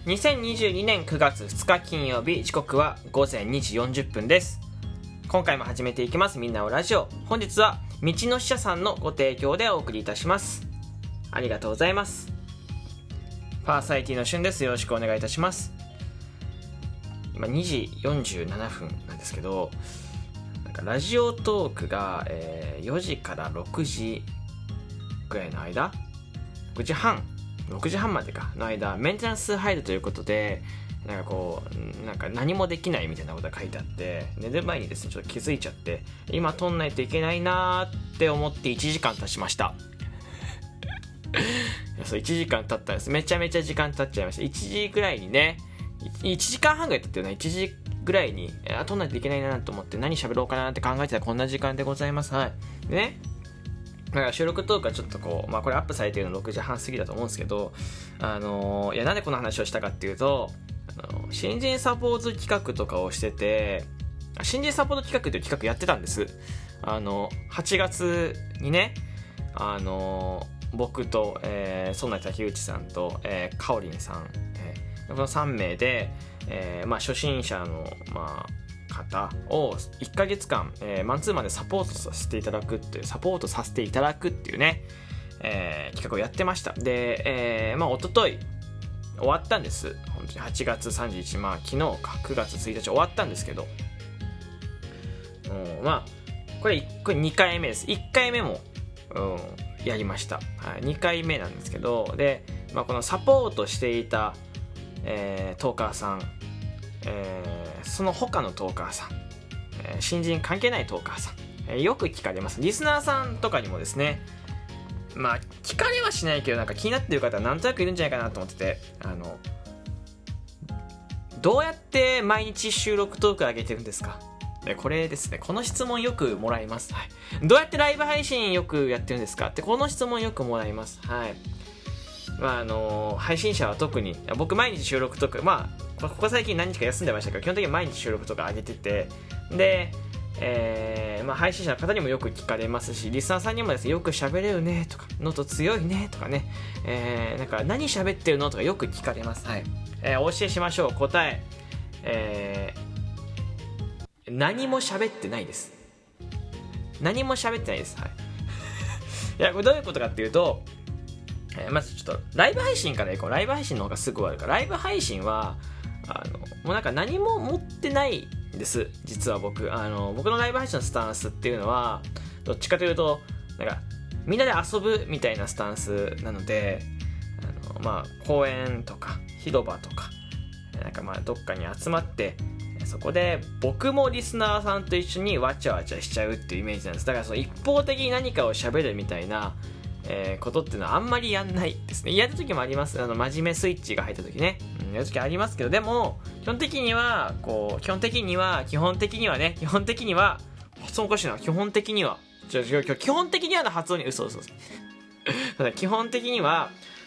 2022年9月2日金曜日、時刻は午前2時40分です。今回も始めていきますみんなおラジオ。本日は道の使者さんのご提供でお送りいたします。ありがとうございます。パーサイティのしゅんです。よろしくお願いいたします。今2時47分なんですけど、ラジオトークが、4時から6時ぐらいの間、6時半までかの間メンテナンス入るということで、何もできないみたいなことが書いてあって、寝る前にですねちょっと気づいちゃって、今撮んないといけないなーって思って1時間経ちましたそう1時間経ったんです。めちゃめちゃ時間経っちゃいました。1時ぐらいにね、1時間半ぐらい経ってるね。1時ぐらいに撮んないといけないなと思って、何喋ろうかなって考えてたらこんな時間でございます。はい。でね、だから収録トークはちょっとこれアップされてるの6時半過ぎだと思うんですけど、なんでこの話をしたかっていうと、新人サポート企画とかをしてて、新人サポート企画という企画やってたんです。8月にね、僕と、園内竹内さんと、かおりんさん、この3名で、初心者の、方を1ヶ月間、マンツーマンでサポートさせていただくっていうね、企画をやってました。で、一昨日終わったんです。本当に8月31日、昨日か9月1日終わったんですけど、これ2回目です。1回目も、やりました。はい、2回目なんですけど、で、このサポートしていた、トーカーさん、その他のトーカーさん、新人関係ないトーカーさん、よく聞かれます。リスナーさんとかにもですね、聞かれはしないけど、気になってる方はなんとなくいるんじゃないかなと思ってて、どうやって毎日収録トーク上げてるんですか？これですね、この質問よくもらいます。はい、どうやってライブ配信よくやってるんですかって、この質問よくもらいます。はい。配信者は特に、僕毎日収録とか、ここ最近何日か休んでましたけど、基本的に毎日収録とか上げてて、で、配信者の方にもよく聞かれますし、リスナーさんにもですね、よく喋れるねとか、ノート強いねとかね、何喋ってるのとかよく聞かれます。はい。お教えしましょう。答え、何も喋ってないです。何も喋ってないです。はい。いや、これどういうことかっていうと、まずちょっとライブ配信からいこう。ライブ配信の方がすぐ終わるから。ライブ配信はもう何も持ってないんです。実は僕のライブ配信のスタンスっていうのはどっちかというとみんなで遊ぶみたいなスタンスなので、公園とか広場とかどっかに集まって、そこで僕もリスナーさんと一緒にわちゃわちゃしちゃうっていうイメージなんです。だから一方的に何かを喋るみたいなことっていうのはあんまりやんないですね。やるときもあります。真面目スイッチが入ったときね、やるときありますけど、でも基本的には基本的には発音おかしいな。基本的にはの発音に嘘基本的には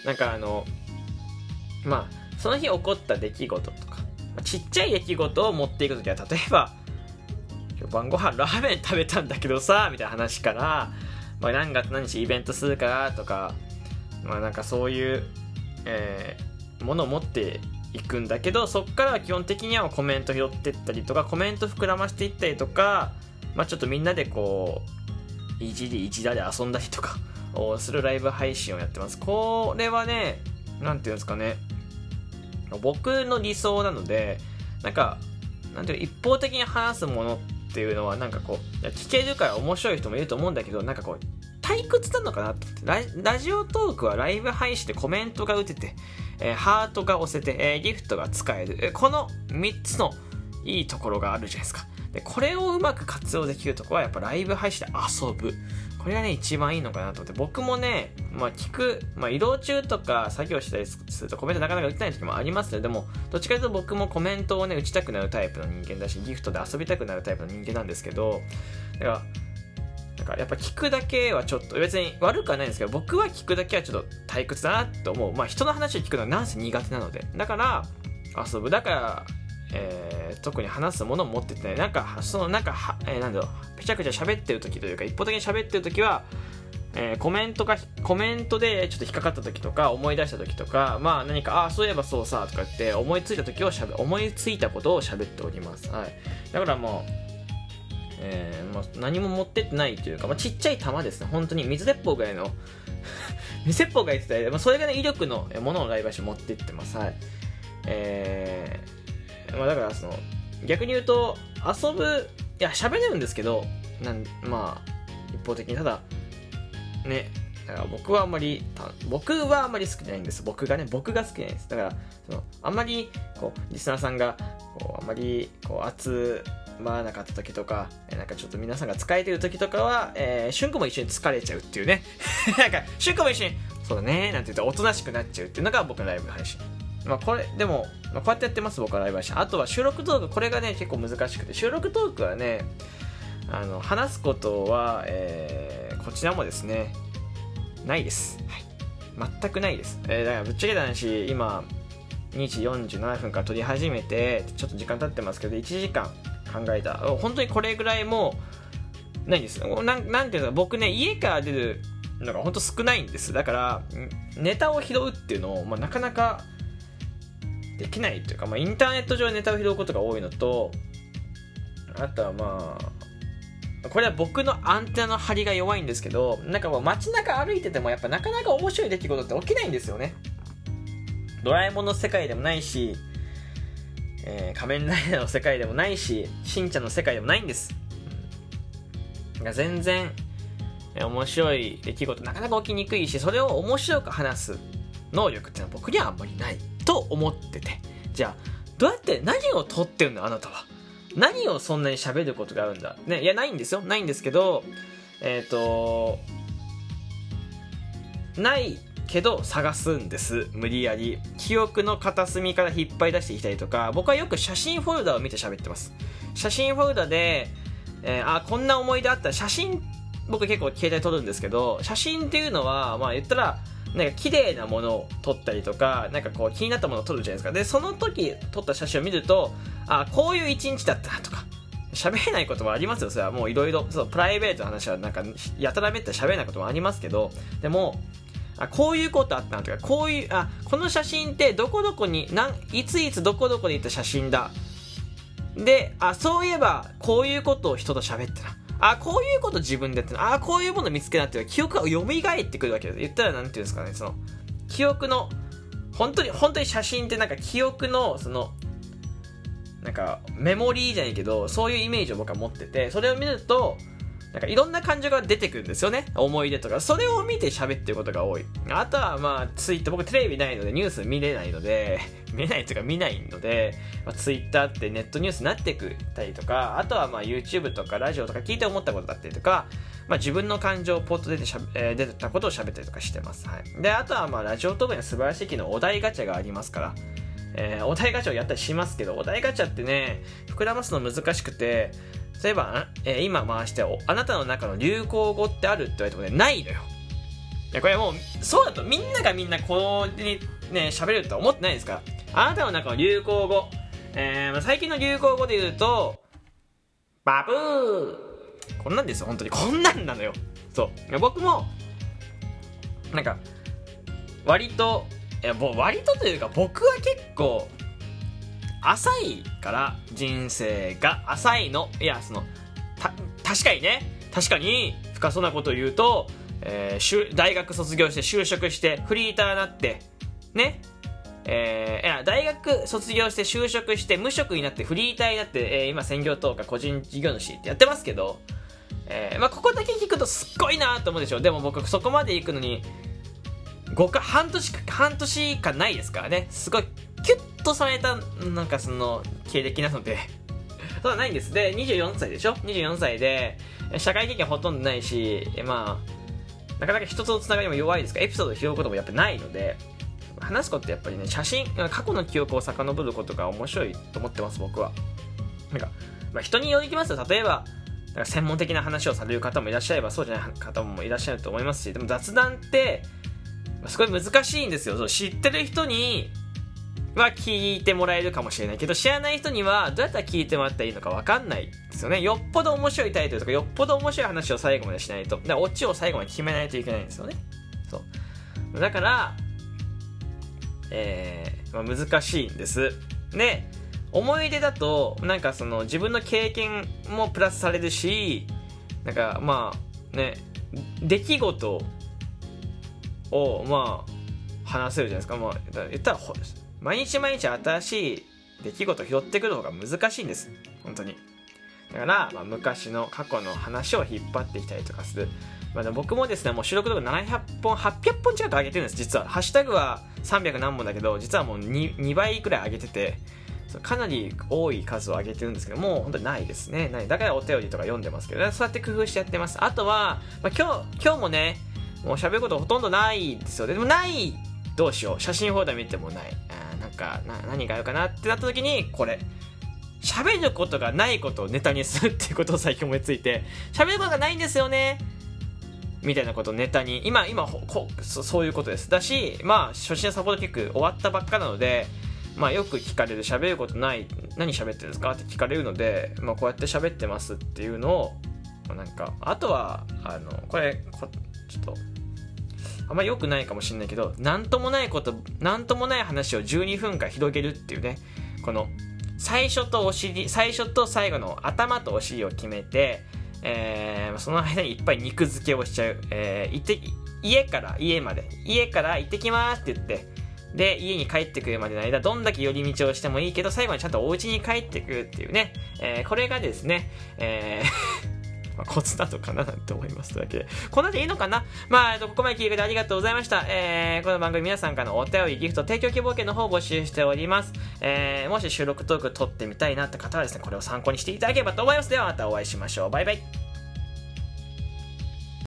その日起こった出来事とか、ちっちゃい出来事を持っていくときは、例えば今日晩ご飯ラーメン食べたんだけどさみたいな話から、何月何日イベントするからとか、そういう、ものを持っていくんだけど、そっからは基本的にはコメント拾っていったりとか、コメント膨らましていったりとか、ちょっとみんなでいじらで遊んだりとかをするライブ配信をやってます。これはね、なんていうんですかね、僕の理想なので、一方的に話すものっていうのは聞けるから面白い人もいると思うんだけど、退屈なのかなと思って。ラジオトークはライブ配信でコメントが打てて、ハートが押せて、ギフトが使える、この3つのいいところがあるじゃないですか。でこれをうまく活用できるところはやっぱライブ配信で遊ぶ、これがね一番いいのかなと思って。僕もね、移動中とか作業したりするとコメントなかなか打てない時もありますね。でもどっちかというと僕もコメントをね打ちたくなるタイプの人間だし、ギフトで遊びたくなるタイプの人間なんですけど、だからやっぱ聞くだけはちょっと、別に悪くはないんですけど、僕は聞くだけはちょっと退屈だなと思う。人の話を聞くのはなんせ苦手なので、だから遊ぶ。だから特に話すものを持っててない。ぺちゃくちゃ喋ってる時というか、一方的に喋ってる時はコメントでちょっと引っかかった時とか思い出した時とか、まあ何かそういえばそうさとかって思いついたことを喋っております。はい。だからもう、何も持ってってないというか、ちっちゃい玉ですね。本当に水鉄砲ぐらいの水鉄砲が言ってた、それがね威力のものをライブ配信持ってってます。はい。だから逆に言うと喋れるんですけど、一方的にただね、だから僕はあんまり好きじゃないんです。僕が好きじゃないんです。だからあんまりリスナーさんがあんまり集まらなかった時とか、なんかちょっと皆さんが疲れてる時とかは、しゅんくも一緒に疲れちゃうっていうねなんかしゅんくも一緒にそうだねなんて言うとおとなしくなっちゃうっていうのが僕のライブ配信。これでも、こうやってやってます。僕はライブ配信。あとは収録トーク、これがね結構難しくて、収録トークはね話すことは、こちらもですねないです、はい、全くないです。だからぶっちゃけた話、今2時47分から撮り始めてちょっと時間経ってますけど、1時間考えた。本当にこれぐらいもないんです。なんていうの、僕ね家から出るのが本当少ないんです。だからネタを拾うっていうのを、なかなかできないというか、インターネット上でネタを拾うことが多いのと、あとはこれは僕のアンテナの張りが弱いんですけど、なんか街中歩いててもやっぱなかなか面白い出来事って起きないんですよね。ドラえもんの世界でもないし、仮面ライダーの世界でもないし、しんちゃんの世界でもないんです。全然面白い出来事なかなか起きにくいし、それを面白く話す能力っていうのは僕にはあんまりないと思ってて、じゃあどうやって何を撮ってるのあなたは、何をそんなに喋ることがあるんだ、ね、いやないんですよ、ないんですけど、ないけど探すんです。無理やり記憶の片隅から引っ張り出してきたりとか、僕はよく写真フォルダを見て喋ってます。写真フォルダで、こんな思い出あったら、写真僕結構携帯撮るんですけど、写真っていうのは言ったらなんか綺麗なものを撮ったりとか、なんか気になったものを撮るじゃないですか。でその時撮った写真を見ると、こういう一日だったなとか、喋れないこともありますよ。それはもういろいろプライベートの話はなんかやたらめったら喋れないこともありますけど、でもこういうことあったなとか、こういうこの写真ってどこどこにいついつどこどこで行った写真だ、でそういえばこういうことを人と喋ってな、こういうこと自分でやってな、こういうもの見つけなっていう記憶が蘇ってくるわけです。言ったらなんていうんですかね、その記憶の本当に写真ってなんか記憶のなんかメモリーじゃないけど、そういうイメージを僕は持ってて、それを見るとなんかいろんな感情が出てくるんですよね。思い出とか、それを見て喋ってることが多い。あとはツイッター、僕テレビないのでニュース見れないので見ないというか見ないので、ツイッターってネットニュースになってくたりとか、あとはYouTube とかラジオとか聞いて思ったことだったりとか、自分の感情をポッと出たことを喋ったりとかしてます。はい。であとはラジオトークには素晴らしい機能、お題ガチャがありますから、お題ガチャをやったりしますけど、お題ガチャってね膨らますの難しくて、例えば今回してあなたの中の流行語ってあるって言われてもね、ないのよ。いやこれもうそうだとみんなこうにね喋れるとは思ってないですから。あなたの中の流行語、最近の流行語で言うとバブー、こんなんですよ。本当にこんなんなのよ。そう、いや僕もなんか割とというか、僕は結構浅いから、人生が浅いの。いや確かに深そうなことを言うと、大学卒業して就職してフリーターになってね、大学卒業して就職して無職になってフリーターになって、今専業とか個人事業主ってやってますけど、ここだけ聞くとすっごいなと思うでしょ。でも僕そこまで行くのに半年間ないですからね。すごいキュッとされたなんか経歴なのでそうはないんです。で24歳でしょ。24歳で社会経験ほとんどないし、なかなか人とのつながりも弱いですから、エピソードを拾うこともやっぱないので、話すことってやっぱりね、過去の記憶を遡ることが面白いと思ってます。僕はなんか、人によりきますよ。例えばなんか専門的な話をされる方もいらっしゃれば、そうじゃない方もいらっしゃると思いますし、でも雑談ってすごい難しいんですよ。知ってる人には聞いてもらえるかもしれないけど、知らない人にはどうやったら聞いてもらったらいいのか分かんないですよね。よっぽど面白いタイトルとかよっぽど面白い話を最後までしないと、だからオチを最後まで決めないといけないんですよね。そうだから、難しいんです。で、思い出だとなんかその自分の経験もプラスされるし、なんかまあね、出来事をまあ話せるじゃないですか。まあ言ったら毎日毎日新しい出来事を拾ってくる方が難しいんです、本当に。だから、昔の過去の話を引っ張ってきたりとかする。僕もですね、もう収録動画700本800本近く上げてるんです。実はハッシュタグは300何本だけど、実はもう 2倍くらい上げてて、かなり多い数を上げてるんですけど、もう本当にないですね。だからお便りとか読んでますけど、そうやって工夫してやってます。あとは、今日もね、もう喋ることほとんどないですよ。でもないどうしよう、写真フォルダ見てもない、何があるかなってなった時に、これ喋ることがないことをネタにするっていうことを最近思いついて、喋ることがないんですよねみたいなことをネタに、今そういうことです。だし、初心者サポートキック終わったばっかなので、よく聞かれる、喋ることない、何喋ってるんですかって聞かれるので、こうやって喋ってますっていうのを、あとはこれちょっとあんまり良くないかもしれないけど、なんともない話を12分間広げるっていうね、この最初と最後の頭とお尻を決めて、その間にいっぱい肉付けをしちゃう、家から行ってきますって言って、で家に帰ってくるまでの間どんだけ寄り道をしてもいいけど最後にちゃんとお家に帰ってくるっていうね、これがですね、コツなのかななんて思いますだけで、こんなでいいのかな。ここまで聞いてくれてありがとうございました。この番組皆さんからのお便り、ギフト、提供希望券の方を募集しております。もし収録トーク撮ってみたいなって方はですね、これを参考にしていただければと思います。ではまたお会いしましょう。バイバイ。